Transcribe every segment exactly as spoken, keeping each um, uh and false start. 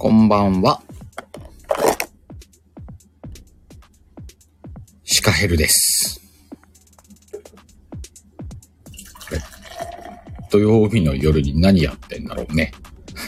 こんばんは。シカヘルです。土曜日の夜に何やってんだろうね。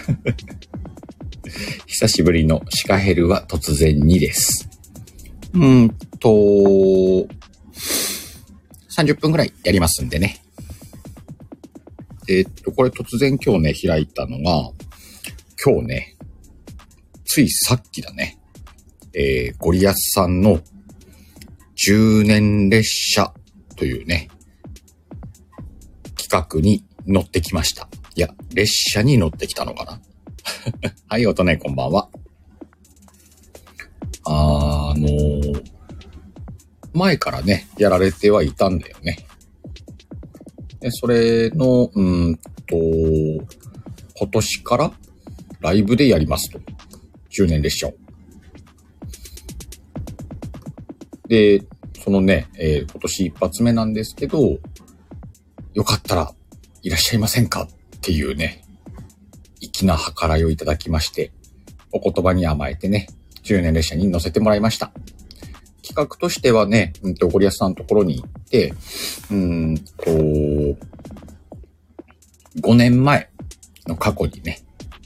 久しぶりのシカヘルは突然にです。うーんと、さんじゅっぷんぐらいやりますんでね。えー、っと、これ突然今日ね、開いたのが、今日ね、ついさっきだね、えー、ゴリアスさんのじゅうねん列車というね、企画に乗ってきました。いや、列車に乗ってきたのかな。はい、おとね、こんばんは。あのー、前からね、やられてはいたんだよね。で、それの、うーんと、今年からライブでやりますと。じゅうねん列車を。で、そのね、えー、今年一発目なんですけど、よかったらいらっしゃいませんかっていうね、粋な計らいをいただきまして、お言葉に甘えてね、じゅうねん列車に乗せてもらいました。企画としてはね、うんと、ゴリアスさんのところに行って、うーんと、ごねんまえの過去にね、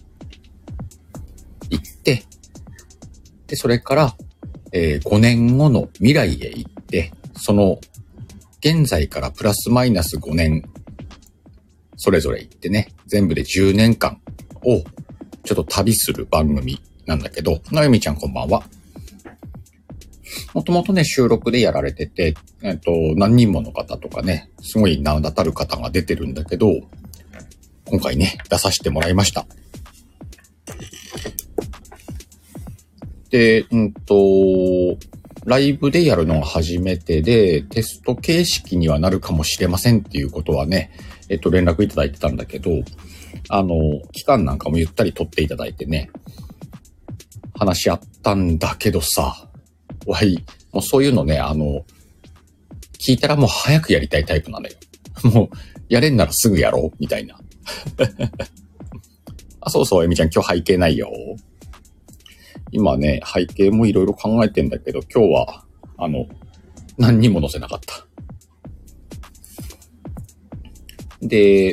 行って、で、それから、えー、ごねんごの未来へ行って、その、現在からプラスマイナスごねん、それぞれ行ってね、全部でじゅうねんかんを、ちょっと旅する番組なんだけど、なゆみちゃんこんばんは。もともとね、収録でやられてて、えっと、何人もの方とかね、すごい名だたる方が出てるんだけど、今回ね、出させてもらいました。で、うんと、ライブでやるのが初めてで、テスト形式にはなるかもしれませんっていうことはね、えっと、連絡いただいてたんだけど、あの、期間なんかもゆったり取っていただいてね、話し合ったんだけどさ、わい、もうそういうのね、あの、聞いたらもう早くやりたいタイプなのよ。もう、やれんならすぐやろうみたいな。あ、そうそう、えみちゃん今日背景ないよ。今ね、背景もいろいろ考えてんだけど、今日は、あの、何にも載せなかった。で、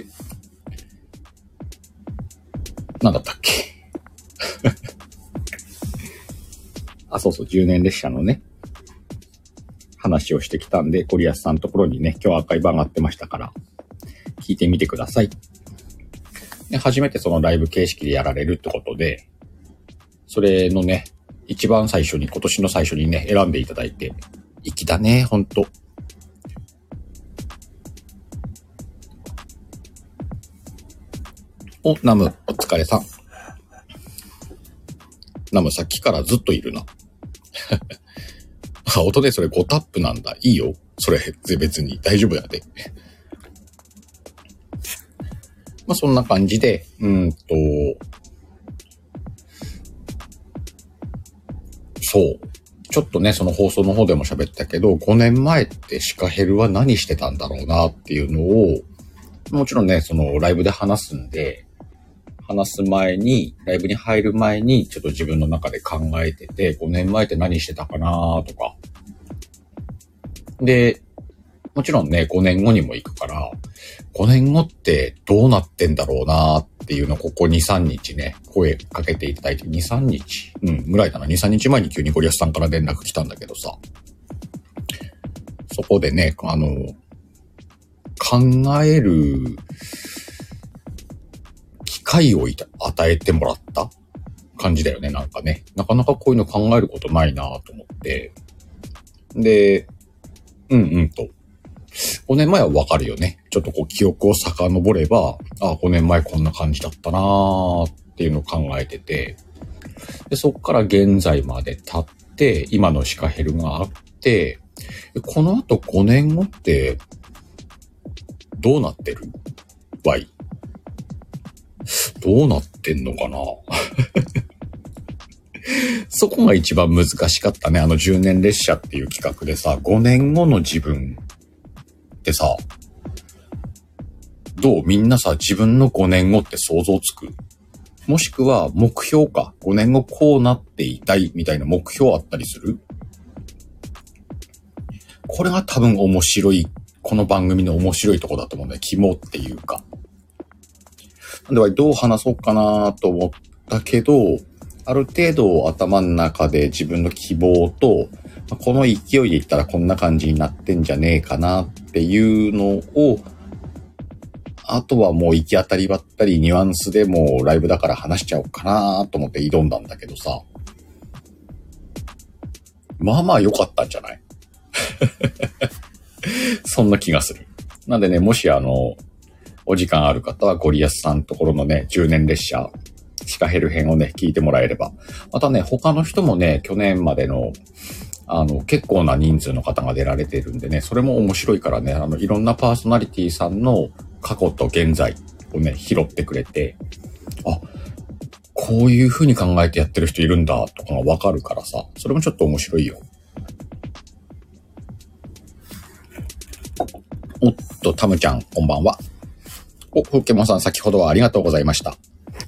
なんだったっけ。あ、そうそう、じゅうねん列車のね、話をしてきたんで、ゴリアスさんのところにね、今日アーカイブ上がってましたから、聞いてみてください。で、初めてそのライブ形式でやられるってことで、それのね、一番最初に、今年の最初にね、選んでいただいて、粋だね、ほんと。お、ナム、お疲れさん。ナム、さっきからずっといるな。あ、音でそれごタップなんだ。いいよ。それ、別に大丈夫やで。まあ、そんな感じで、うーんと、そう。ちょっとね、その放送の方でも喋ったけど、ごねんまえってシカヘルは何してたんだろうなっていうのを、もちろんね、そのライブで話すんで、話す前に、ライブに入る前に、ちょっと自分の中で考えてて、ごねんまえって何してたかなとか。で、もちろんね、ごねんごにも行くから、ごねんごってどうなってんだろうなっていうのをここに、さんにちね、声かけていただいて、に、さんにちうん、ぐらいだな。に、さんにちまえに急にゴリアスさんから連絡来たんだけどさ。そこでね、あの、考える機会をいた与えてもらった感じだよね、なんかね。なかなかこういうの考えることないなと思って。で、うんうんと。ごねんまえはわかるよね。ちょっとこう記憶を遡れば、あ、ごねんまえこんな感じだったなーっていうのを考えてて、で、そっから現在まで経って、今のシカヘルがあって、この後ごねんごってどうなってる？わい。どうなってんのかなそこが一番難しかったね。あのじゅうねん列車っていう企画でさ、ごねんごの自分ってさ、どうみんなさ、自分のごねんごって想像つく？ もしくは目標か。ごねんごこうなっていたいみたいな目標あったりする？これが多分面白い、この番組の面白いとこだと思うんだよ。肝っていうか。なんでどう話そうかなと思ったけど、ある程度頭の中で自分の希望と、この勢いでいったらこんな感じになってんじゃねえかなっていうのを、あとはもう行き当たりばったりニュアンスでもうライブだから話しちゃおうかなと思って挑んだんだけどさ。まあまあ良かったんじゃないそんな気がする。なんでね、もしあの、お時間ある方はゴリアスさんのところのね、じゅうねん列車、シカヘル編をね、聞いてもらえれば。またね、他の人もね、去年までの、あの、結構な人数の方が出られてるんでね、それも面白いからね、あの、いろんなパーソナリティさんの過去と現在をね、拾ってくれて、あ、こういう風に考えてやってる人いるんだとかがわかるからさ、それもちょっと面白いよ。おっと、タムちゃん、こんばんは。お、ふうけもんさん、先ほどはありがとうございました。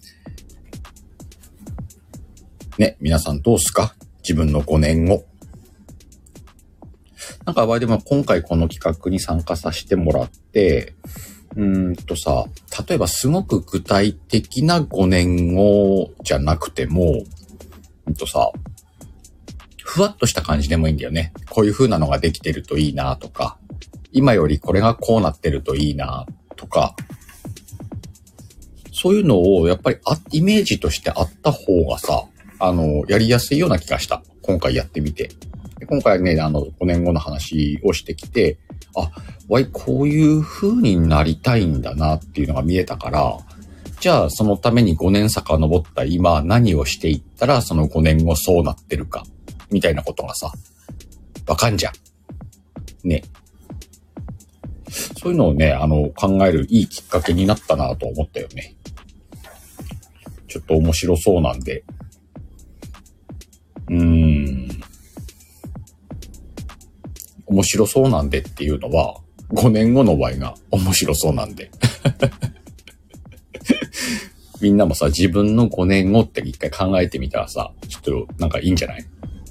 ね、皆さんどうすか？自分のごねんご。なんか、でも今回この企画に参加させてもらって、うーんとさ、例えばすごく具体的なごねんごじゃなくても、うんとさ、ふわっとした感じでもいいんだよね。こういう風なのができてるといいなとか、今よりこれがこうなってるといいなとか、そういうのをやっぱりあイメージとしてあった方がさ、あの、やりやすいような気がした。今回やってみて。で今回ね、あの、ごねんごの話をしてきて、あ、わい、こういう風になりたいんだなっていうのが見えたから、じゃあそのためにごねん遡った今何をしていったらそのごねんごそうなってるか、みたいなことがさ、わかんじゃん。ね。そういうのをね、あの、考えるいいきっかけになったなと思ったよね。ちょっと面白そうなんで。うーん。面白そうなんでっていうのは、ごねんごの場合が面白そうなんで。みんなもさ、自分のごねんごって一回考えてみたらさ、ちょっとなんかいいんじゃない？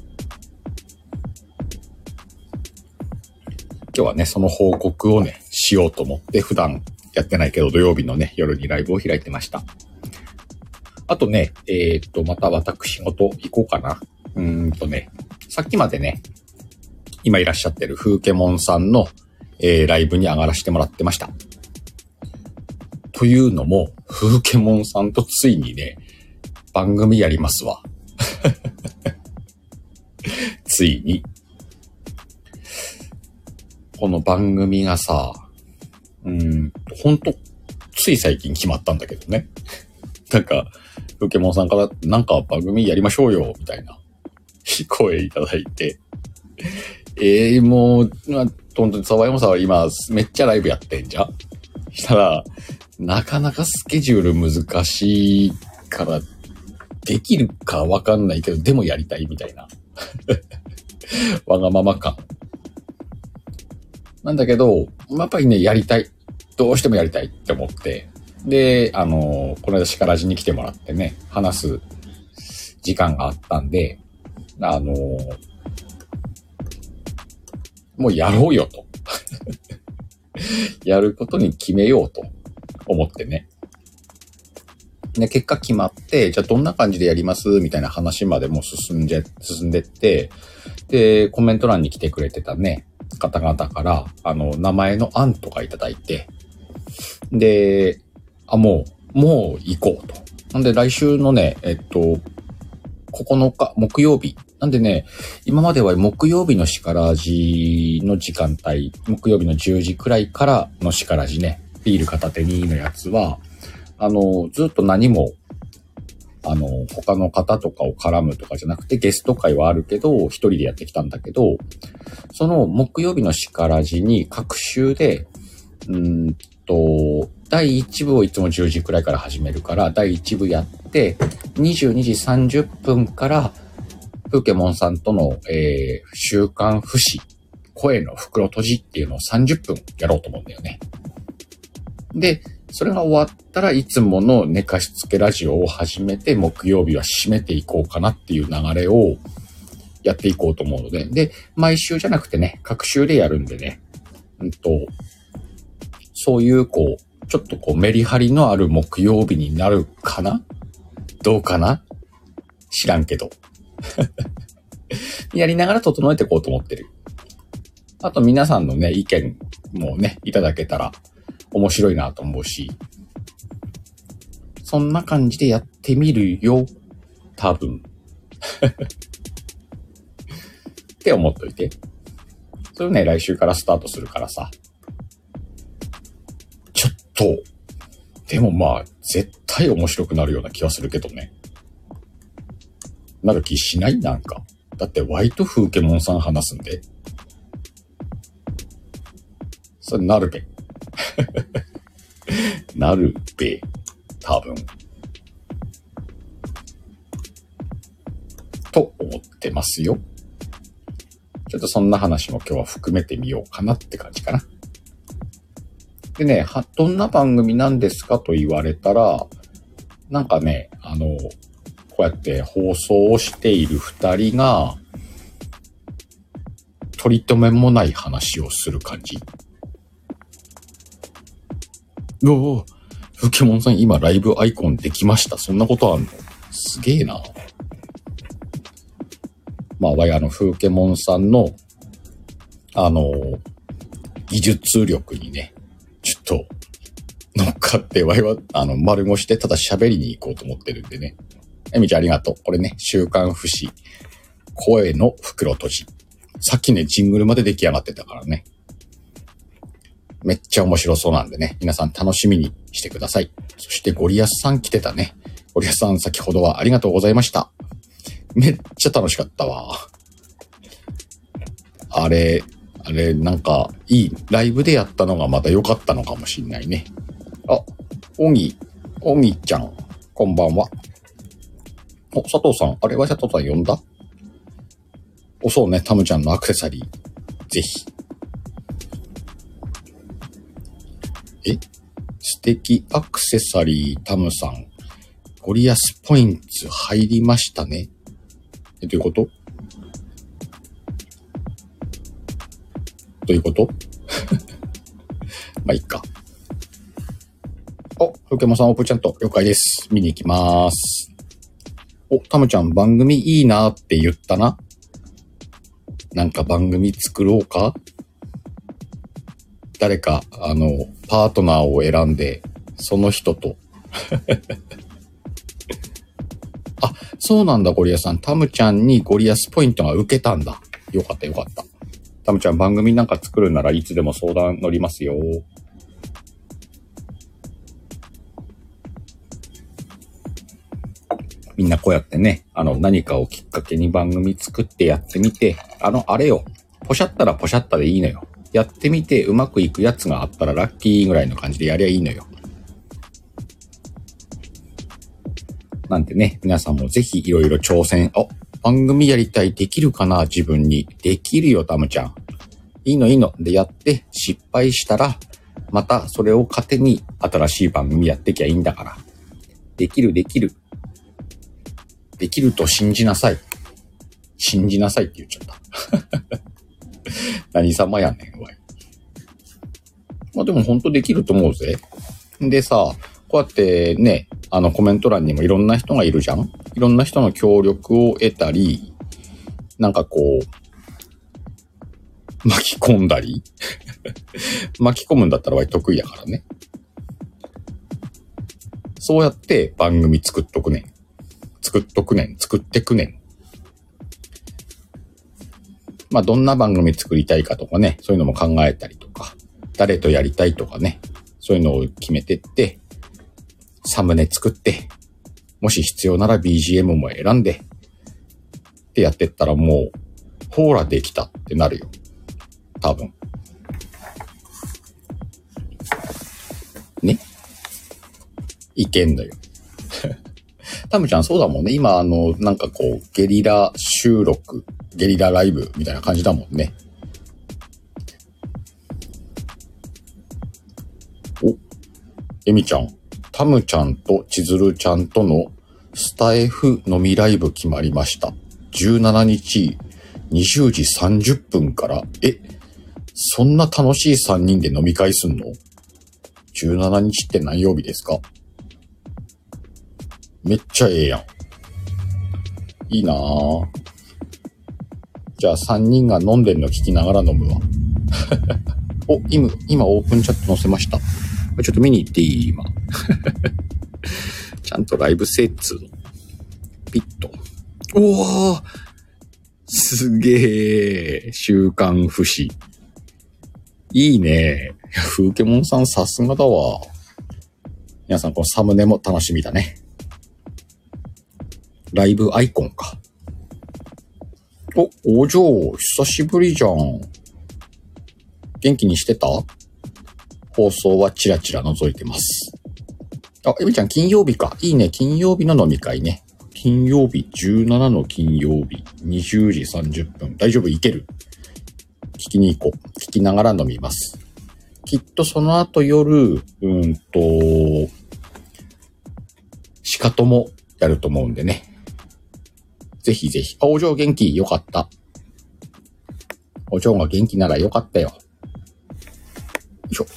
今日はね、その報告をね、しようと思って、普段やってないけど土曜日のね、夜にライブを開いてました。あとね、えー、っと、また私事行こうかな。うーんとね、さっきまでね、今いらっしゃってる風けもんさんの、えー、ライブに上がらせてもらってました。というのも、風けもんさんとついにね、番組やりますわ。ついに。この番組がさ、うーん、ほんと、つい最近決まったんだけどね。なんか、風けもんさんから、なんか番組やりましょうよ、みたいな声いただいて。ええー、もう、まあ、ほんとに沢山さんは今、めっちゃライブやってんじゃん。したら、なかなかスケジュール難しいから、できるかわかんないけど、でもやりたいみたいな。わがまま感。なんだけど、やっぱりね、やりたい。どうしてもやりたいって思って。で、あの、この間シカラジに来てもらってね、話す時間があったんで、あの、もうやろうよと。やることに決めようと思ってね。で、結果決まって、じゃあどんな感じでやりますみたいな話までもう進んじゃ、進んでって、で、コメント欄に来てくれてたね、方々から、あの、名前の案とかいただいて、で、あ、もう、もう行こうと。なんで来週のね、えっと、ここのか、木曜日。なんでね、今までは木曜日のシカラジの時間帯、木曜日のじゅうじくらいからのシカラジね、ビール片手にのやつは、あの、ずっと何も、あの、他の方とかを絡むとかじゃなくて、ゲスト会はあるけど、一人でやってきたんだけど、その木曜日のシカラジに各週で、うーんと、だいいち部をいつもじゅうじくらいから始めるから、だいいち部やって、にじゅうにじさんじゅっぷんから、風けもんさんとの、えー、週刊不死、声の袋閉じっていうのをさんじゅっぷんやろうと思うんだよね。で、 それが終わったらいつもの寝かしつけラジオを始めて、木曜日は締めていこうかなっていう流れをやっていこうと思うので、で、毎週じゃなくてね、各週でやるんでね、うんと、そういうこう、ちょっとこうメリハリのある木曜日になるかな？どうかな？知らんけど。やりながら整えていこうと思ってる。あと皆さんのね、意見もね、いただけたら面白いなと思うし、そんな感じでやってみるよ、多分。って思っといて。それね、来週からスタートするからさ。ちょっと、でもまあ、絶対面白くなるような気はするけどね。なる気しない？なんか。だってワイと風景モンさん話すんで。それなるべ。なるべ。多分。と思ってますよ。ちょっとそんな話も今日は含めてみようかなって感じかな。でね、は、どんな番組なんですかと言われたら、なんかね、あの、こうやって放送をしている二人が、取り留めもない話をする感じ。おお、ふけもんさん今ライブアイコンできました。そんなことあんの？すげえな。まあ、わいあの、ふけもんさんの、あの、技術力にね、ちょっと乗っかって、わいは、あの、丸腰でただ喋りに行こうと思ってるんでね。えみちゃんありがとう。これね、週刊不死、声の袋閉じ。さっきね、ジングルまで出来上がってたからね。めっちゃ面白そうなんでね、皆さん楽しみにしてください。そしてゴリアスさん来てたね。ゴリアスさん先ほどはありがとうございました。めっちゃ楽しかったわ。あれ、あれ、なんか、いい、ライブでやったのがまだ良かったのかもしんないね。あ、おぎ、おぎちゃん、こんばんは。お、佐藤さん、あれは佐藤さん呼んだ？お、そうね、タムちゃんのアクセサリー。ぜひ。え？素敵アクセサリータムさん。ゴリアスポイント入りましたね。え、どういうこと？どういうことまあ、いっか。お、ふけもさんオープンちゃんと了解です。見に行きまーす。お、タムちゃん番組いいなって言ったな。なんか番組作ろうか？誰か、あの、パートナーを選んで、その人と。あ、そうなんだ、ゴリアスさん。タムちゃんにゴリアスポイントが受けたんだ。よかったよかった。タムちゃん番組なんか作るならいつでも相談乗りますよ。みんなこうやってね、あの何かをきっかけに番組作ってやってみて、あのあれよ、ポシャったらポシャったでいいのよ。やってみてうまくいくやつがあったらラッキーぐらいの感じでやりゃいいのよ。なんてね、皆さんもぜひいろいろ挑戦。お、番組やりたい、できるかな自分に。できるよ、タムちゃん。いいのいいの。でやって失敗したら、またそれを糧に新しい番組やってきゃいいんだから。できるできる。できると信じなさい。信じなさいって言っちゃった。何様やねん、おい。まあでも本当できると思うぜ。でさ、こうやってね、あのコメント欄にもいろんな人がいるじゃん。いろんな人の協力を得たり、なんかこう、巻き込んだり巻き込むんだったらわい得意やからね。そうやって番組作っとくねん。作っとくねん。作ってくねん。まあどんな番組作りたいかとかね、そういうのも考えたりとか、誰とやりたいとかね、そういうのを決めてって、サムネ作って、もし必要なら ビージーエム も選んで、ってやってったらもう、ほーらできたってなるよ。多分。ね。いけんのよ。タムちゃんそうだもんね。今あの、なんかこう、ゲリラ収録、ゲリラライブみたいな感じだもんね。お、 えみちゃん、タムちゃんとちずるちゃんとのスタエフ飲みライブ決まりました。じゅうしちにちにじゅうじさんじゅっぷんから、え、そんな楽しいさんにんで飲み会すんの？ じゅうしちにちって何曜日ですか？めっちゃええやん。いいなぁ。じゃあさんにんが飲んでんの聞きながら飲むわ。お、今、今オープンチャット載せました。ちょっと見に行っていい？今。ちゃんとライブせいっつうの。ピッと。おー！すげー。週刊不死。いいね。風景モンさんさすがだわ。皆さんこのサムネも楽しみだね。ライブアイコンか。お、お嬢、久しぶりじゃん。元気にしてた？放送はチラチラ覗いてます。あ、エミちゃん金曜日か。いいね。金曜日の飲み会ね。金曜日、じゅうしちの金曜日、にじゅうじさんじゅっぷん。大丈夫？いける？聞きに行こう。聞きながら飲みます。きっとその後夜、うんと、しかともやると思うんでね。ぜひぜひ。あ、お嬢元気？よかった。お嬢が元気ならよかったよ。よいしょ。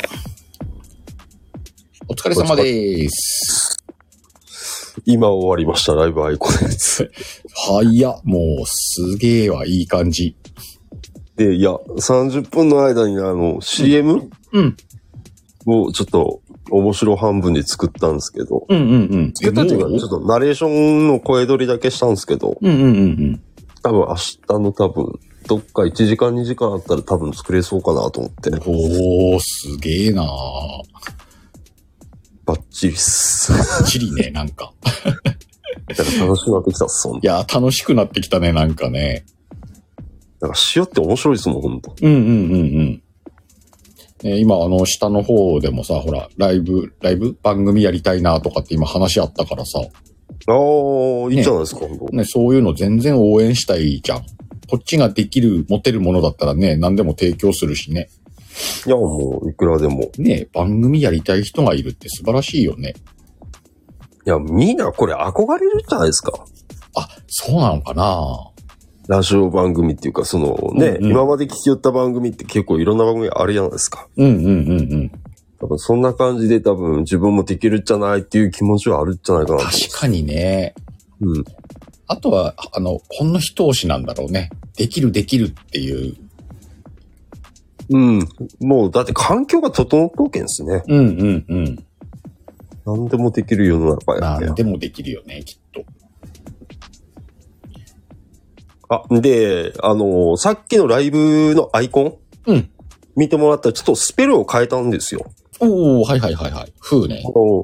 お疲れ様でーす。 今終わりました、ライブアイコンのやつ。 はや、もうすげえわ、いい感じ。 で、いや、さんじゅっぷんの間にあの、シーエム？ うん。 をちょっと面白半分で作ったんですけど。 うんうんうん。 作ったっていうか、ちょっとナレーションの声取りだけしたんですけど。 うんうんうんうん。 多分明日の多分、どっかいちじかんにじかんあったら多分作れそうかなと思って。 おー、すげえなー。 バッチリっす。 バッチリね、なんか。 だから楽しくなってきたっす、ほんと。 いや、楽しくなってきたね、なんかね。 なんか塩って面白いですもん、ほんと。 うんうんうんうん。えー、今、あの、下の方でもさ、ほら、ライブ、ライブ番組やりたいなとかって今話あったからさ。 ああ、いいじゃないですか、 ね、ほんと。ね、そういうの全然応援したいじゃん。こっちができる、持てるものだったらね、何でも提供するしね。 いや、もう、いくらでも。 ね、番組やりたい人がいるって素晴らしいよね。 いや、みんなこれ憧れるじゃないですか。 あ、そうなのかな？ ラジオ番組っていうか、そのね、うんうん、今まで聞き寄った番組って結構いろんな番組あるじゃないですか。 うんうんうんうん。 多分そんな感じで多分自分もできるじゃないっていう気持ちはあるんじゃないかなと。 確かにね。 うん。 あとは、あの、ほんの一押しなんだろうね。できるできるっていう。 うん。もうだって環境が整っとうけんですね。 うんうんうん。 何でもできる世の中やね。何でもできるよね、きっと。 あ、で、あのー、さっきのライブのアイコンうん。 見てもらったらちょっとスペルを変えたんですよ。 おー、はいはいはいはい。風ね。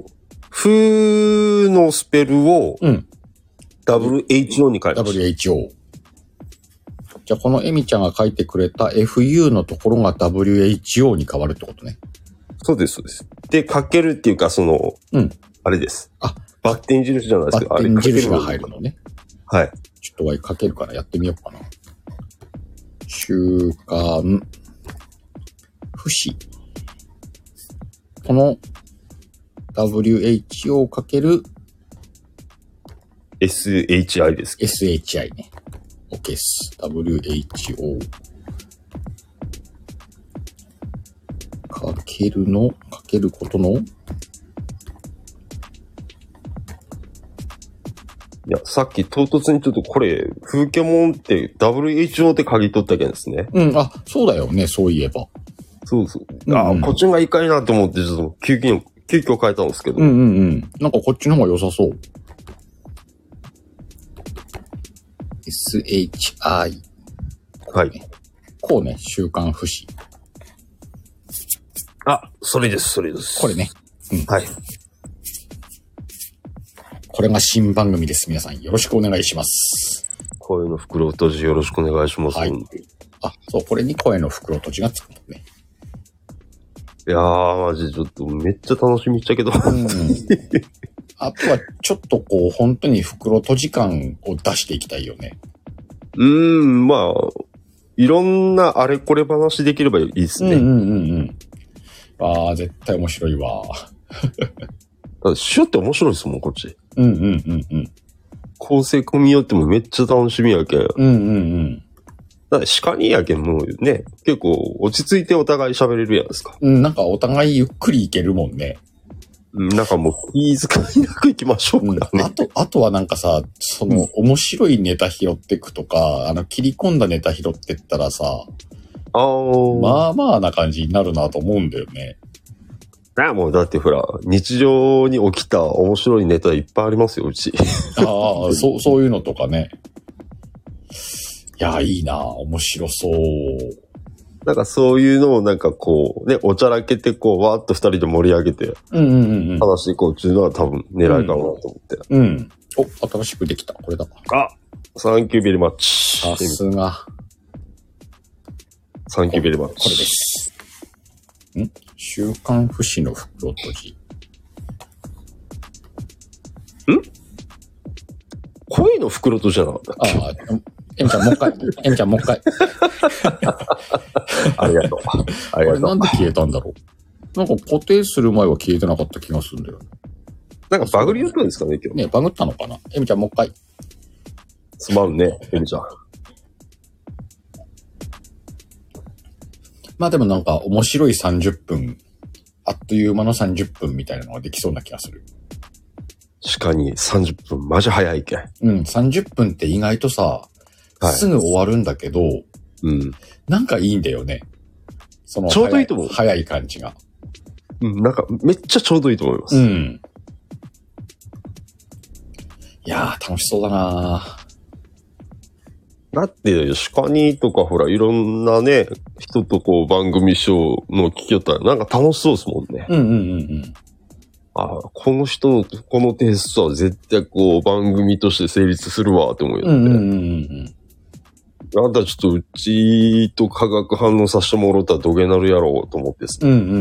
風のスペルを、 うん。 ダブルエイチオー に変えました。 ダブリューエイチオー。じゃあこのエミちゃんが書いてくれた エフユー のところが ダブリューエイチオー に変わるってことね。 そうです、そうです。で、かけるっていうか、その、 うん。 あれです。 あ、 バッテン印じゃないですけど、 バッテン印が入るのね。 はい。 ちょっとワイかけるからやってみようかな。週刊、不死。この ダブリューエイチオー かけるエスエイチアイ です。 エスエイチアイ ね。OK です。ダブリューエイチオー かけるの、かけることのいや、さっき唐突にちょっとこれ、風景モンって ダブリューエイチオー って鍵取ったけんですね。 うん、あ、そうだよね、そういえば。 そうそう。うんうん、ああ、こっちがいいかいなと思って、ちょっと急遽、急遽変えたんですけど。 うんうんうん。なんかこっちの方が良さそう。エスエイチアイ。 はい。 こうね、週刊不死。 あ、それです、それです。 これね。 うん。はい。 これが新番組です。皆さんよろしくお願いします。 声の袋閉じよろしくお願いします。 はい。あ、そう、これに声の袋閉じがつくもんね。 いやー、マジちょっとめっちゃ楽しみっちゃけど。うん、 あとはちょっとこう、本当に袋閉じ感を出していきたいよね。 うーん、まあ、いろんなあれこれ話できればいいですね。 うんうんうんうん。ああ、絶対面白いわ。 だってシュって面白いですもん、こっち。 うんうんうんうん。 構成組み寄ってもめっちゃ楽しみやけん。 うんうんうん。 だって鹿にやけんもうね、結構落ち着いてお互い喋れるやんですか。 うん、なんかお互いゆっくりいけるもんね。 うん、なんかもう気遣いなく行きましょうかね。 うん、あと、あとはなんかさ、その、面白いネタ拾ってくとか、あの、切り込んだネタ拾ってったらさ、 あー。 まあまあな感じになるなと思うんだよね。 あもうだってほら、日常に起きた面白いネタいっぱいありますよ、うち。 ああ、そう、そういうのとかね。いや、いいな、面白そう。 なんかそういうのをなんかこう、ね、おちゃらけてこう、わーっと二人で盛り上げて、 うんうんうんうん。 話していこうっていうのは多分狙いかなと思って。 うん。うん、お、新しくできた。これだ。 あサンキューベリーマッチ。 さすが。 サンキューベリーマッチ。 これです。ん週刊不死の袋閉じ。 ん恋の袋閉じじゃなかったっけ？ ああ、えみちゃんもう一回。えみちゃんもう一回。 ありがとう。ありがとう。 あれなんで消えたんだろう。なんか固定する前は消えてなかった気がするんだよね。 なんかバグりやったんですかね、今日。 ね、バグったのかな。えみちゃんもう一回。 すまんね、えみちゃん。 まあでもなんか面白いさんじゅっぷん、あっという間のさんじゅっぷんみたいなのができそうな気がする。 確かにさんじゅっぷんマジ早いけん。 うん、さんじゅっぷんって意外とさ、はい、すぐ終わるんだけど、 うん。 なんかいいんだよね。その、 ちょうどいいと思う。 早い感じが。 うん、なんかめっちゃちょうどいいと思います。 うん。いやー、楽しそうだなー。 だって、鹿にとかほら、いろんなね、人とこう番組ショーの聞きよったらなんか楽しそうですもんね。 うんうんうんうん。 ああ、この人の、このテイストは絶対こう番組として成立するわって思うよね。 うんうんうんうん。 あんたちょっとうちと化学反応させてもらったらどげなるやろうと思ってさ。 うんうんうん。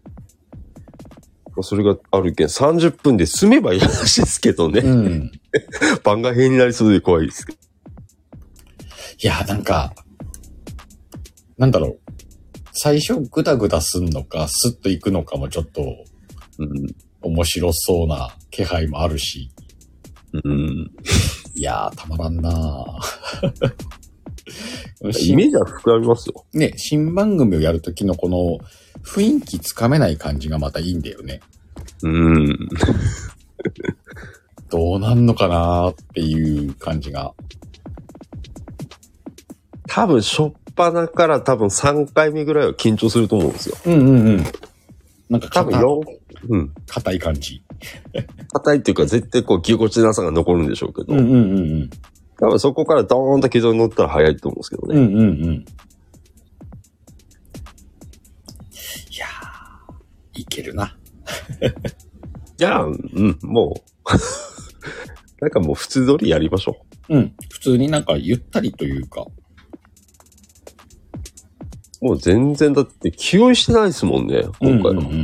それがあるけん、さんじゅっぷんで済めばいい話ですけどね。うん。番外編になりそうで怖いですけど。 いや、なんか、なんだろう。最初グダグダすんのか、スッといくのかもちょっと、うん、面白そうな気配もあるし。 うん。 いやー、たまらんなイメージは膨らみますよ。 ね、新番組をやるときのこの雰囲気つかめない感じがまたいいんだよね。 うん。 どうなんのかなーっていう感じが。 多分、しょっぱなから多分さんかいめぐらいは緊張すると思うんですよ。 うんうんうん。なんか多分よ、うん。 硬い感じ。 硬いっていうか絶対こう、ぎこちなさが残るんでしょうけど。 うんうんうんうん。 多分そこからドーンと軌道に乗ったら早いと思うんですけどね。 うんうんうん。いやー、いけるな。 じゃあ、うん、もう、なんかもう普通通りやりましょう。うん。普通になんかゆったりというか。 もう全然だって気負いしてないですもんね、今回は。うんうんうん、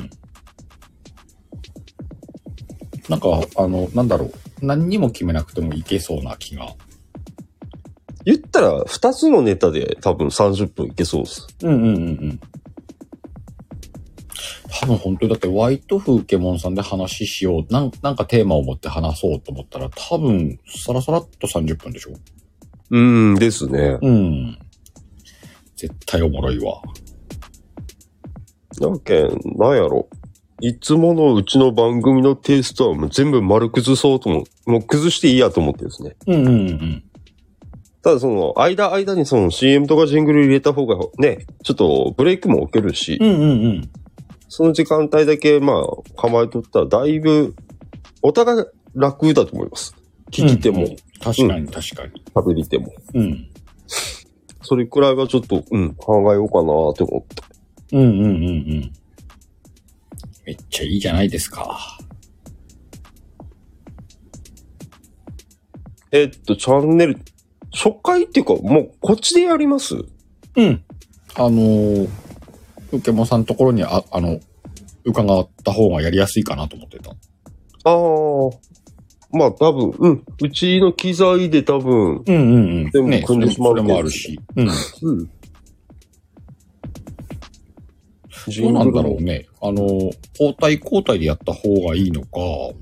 なんか、あの、なんだろう。何にも決めなくてもいけそうな気が。 言ったら、二つのネタで多分さんじゅっぷんいけそうです。 うんうんうんうん。多分本当にだってワイト風ケモンさんで話しよう。なん、なんかテーマを持って話そうと思ったら多分サラサラっとさんじゅっぷんでしょ？ うーんですね。 うん。絶対おもろいわ。 やけん、なんやろ。いつものうちの番組のテイストはもう全部丸崩そうとも、もう崩していいやと思ってですね。 うんうんうん。 ただその、間間にその シーエム とかジングル入れた方がね、ちょっとブレイクも置けるし、 うんうんうん。 その時間帯だけまあ構えとったらだいぶお互い楽だと思います。聞き手も。うんうん、 確かに確かに。 喋り手も。 うん。 それくらいはちょっと、うん、考えようかなって思って。 うんうんうんうん。めっちゃいいじゃないですか。 えっと、チャンネル、初回っていうか、もうこっちでやります？ うん。あのー、うけもさんのところにあ、あの、伺った方がやりやすいかなと思ってた。 ああ。まあ多分、うん。うちの機材で多分、 うんうんうん。 全部組んでしまう、 ね、それもあるし。うん。うん。 どうなんだろうね。あの、交代交代でやった方がいいのか。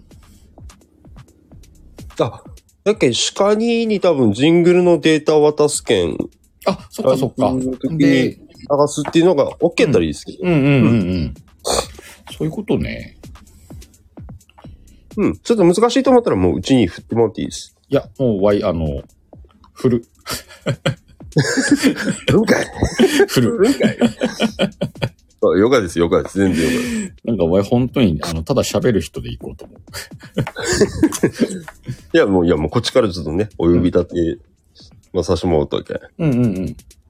あ、だっけ、鹿にに多分ジングルのデータを渡すけん。 あ、そっかそっか。 で、流すっていうのが OK やったらいいですけど。 うんうんうんうん。うん、そういうことね。 うん。ちょっと難しいと思ったらもううちに振ってもらっていいです。 いや、もうワイ、あの、振る。 振るんかい振る。 振るんかいよかです、よかです。全然よかです。 なんかワイ本当に、あの、ただ喋る人で行こうと思う。 いや、もう、いや、もうこっちからちょっとね、お呼び立て、うん、まあ、させてもらったわけ。 うんうんうん。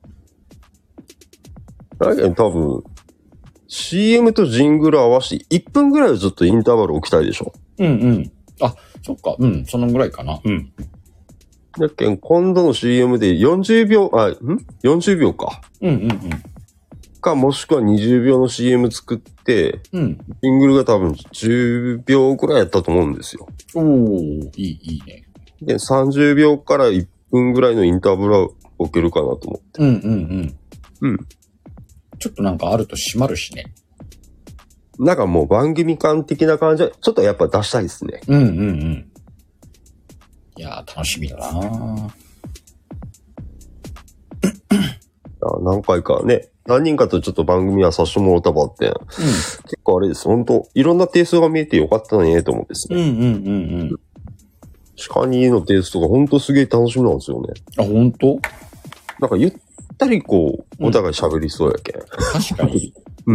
だけど多分、シーエム とジングル合わせていっぷんぐらいはちょっとインターバル置きたいでしょ。 うんうん。あ、そっか。うん、そのぐらいかな。うん。 だけん、今度の シーエム でよんじゅうびょう、あ、ん ?よんじゅう 秒か。 うんうんうん。 か、もしくはにじゅうびょうの シーエム 作って、うん。ジングルが多分じゅうびょうくらいやったと思うんですよ。 おー、いい、いいね。 で、さんじゅうびょうからいっぷんぐらいのインターバルは置けるかなと思って。 うんうんうん。うん。ちょっとなんかあると閉まるしね。 なんかもう番組感的な感じは、ちょっとやっぱ出したいですね。 うんうんうん。いやー、楽しみだなぁ。 何回かね、何人かとちょっと番組はさせてもらったばって、うん、結構あれです。本当いろんなテイストが見えてよかったねと思ってですね。 うんうんうんうん。 鹿にのテイストが本当すげえ楽しみなんですよね。 あ、本当？ なんかゆったりこう、お互い喋りそうやけん。うん、 確かに。 うん。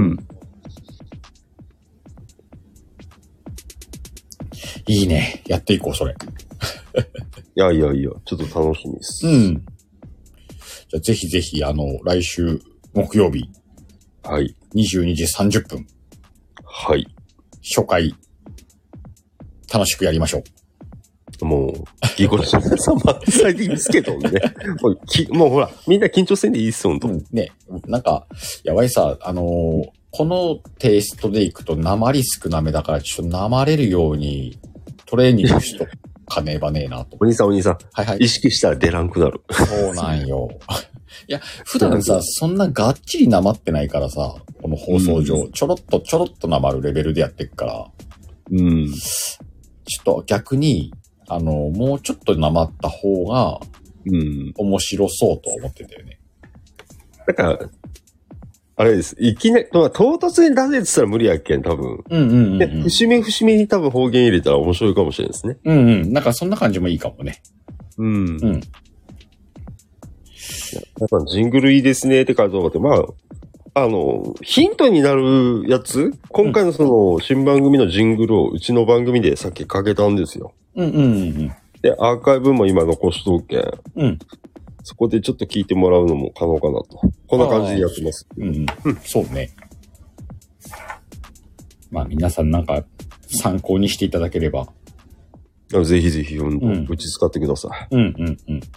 いいね。やっていこう、それ。 いやいやいや、ちょっと楽しみです。 うん。じゃあぜひぜひ、あの、来週木曜日。 はい。 にじゅうにじさんじゅっぷん。 はい。 初回。楽しくやりましょう。もう、ギコラシさん満載でいいですけどね。もうき、もうほら、みんな緊張せんでいいっすよ、ほんと。うん、 ね。なんか、やばいさ、あのー、このテイストでいくと鉛少なめだから、ちょっと鉛れるようにトレーニングしとかねばねえなと。 お兄さんお兄さん。 はいはい。 意識したら出らんくなる。 そうなんよ。いや、普段さ、そんながっちり鉛ってないからさ、この放送上、うん、ちょろっとちょろっと鉛るレベルでやっていくから。 うん。 ちょっと逆に、あの、もうちょっと鉛った方が、うん。面白そうと思ってたよね。 だから、あれです。いきなり、まあ、唐突に出せって言ったら無理やっけん、多分。 うんうんうん、うん。 で、節目節目に多分方言入れたら面白いかもしれないですね。 うんうん。なんかそんな感じもいいかもね。 うん。 うん。 やっぱジングルいいですねって書いてあって、まあ、あの、ヒントになるやつ、今回のその新番組のジングルをうちの番組でさっきかけたんですよ。 うんうんうん。 で、アーカイブも今残しとくけん。 うん。 そこでちょっと聞いてもらうのも可能かなと。こんな感じでやってます。 うん、うん、うん。そうね。まあ皆さんなんか参考にしていただければ。 ぜひぜひ、うん、うち使ってください。うんうんうん。い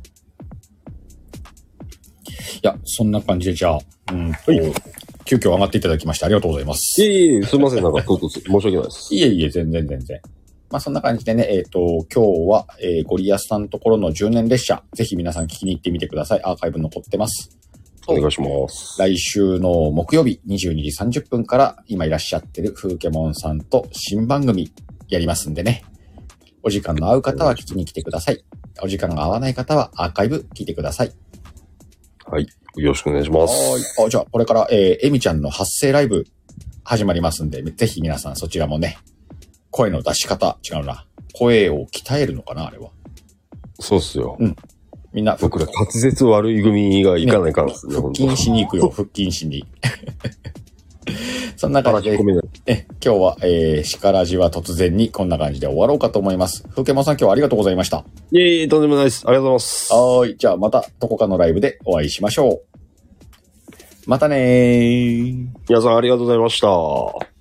や、そんな感じでじゃあ、うんと、はい、急遽上がっていただきましてありがとうございます。 いえいえ、すいません。なんか、とうとう申し訳ないです。 いえいえ、全然全然。まあそんな感じでね、えっと、今日は、えー、ゴリアスさんのところのじゅうねん列車、ぜひ皆さん聞きに行ってみてください。アーカイブ残ってます。 お願いします。 来週の木曜日にじゅうにじさんじゅっぷんから今いらっしゃってる風ケモンさんと新番組やりますんでね。お時間の合う方は聞きに来てください。お時間が合わない方はアーカイブ聞いてください。 はい。よろしくお願いします。 はい。あ、じゃあこれから、えー、エミちゃんの発声ライブ始まりますんで、ぜひ皆さんそちらもね、声の出し方、違うな。声を鍛えるのかな、あれは。 そうっすよ。 うん。みんな、 僕ら滑舌悪い組がいかないからですね。 腹筋しに行くよ、腹筋しに。そんな感じで、え今日は、えー、シカラジは突然にこんな感じで終わろうかと思います。風ケモンさん今日はありがとうございました。 いえいえ、とんでもないです。ありがとうございます。 はーい。じゃあまたどこかのライブでお会いしましょう。またねー。 皆さんありがとうございました。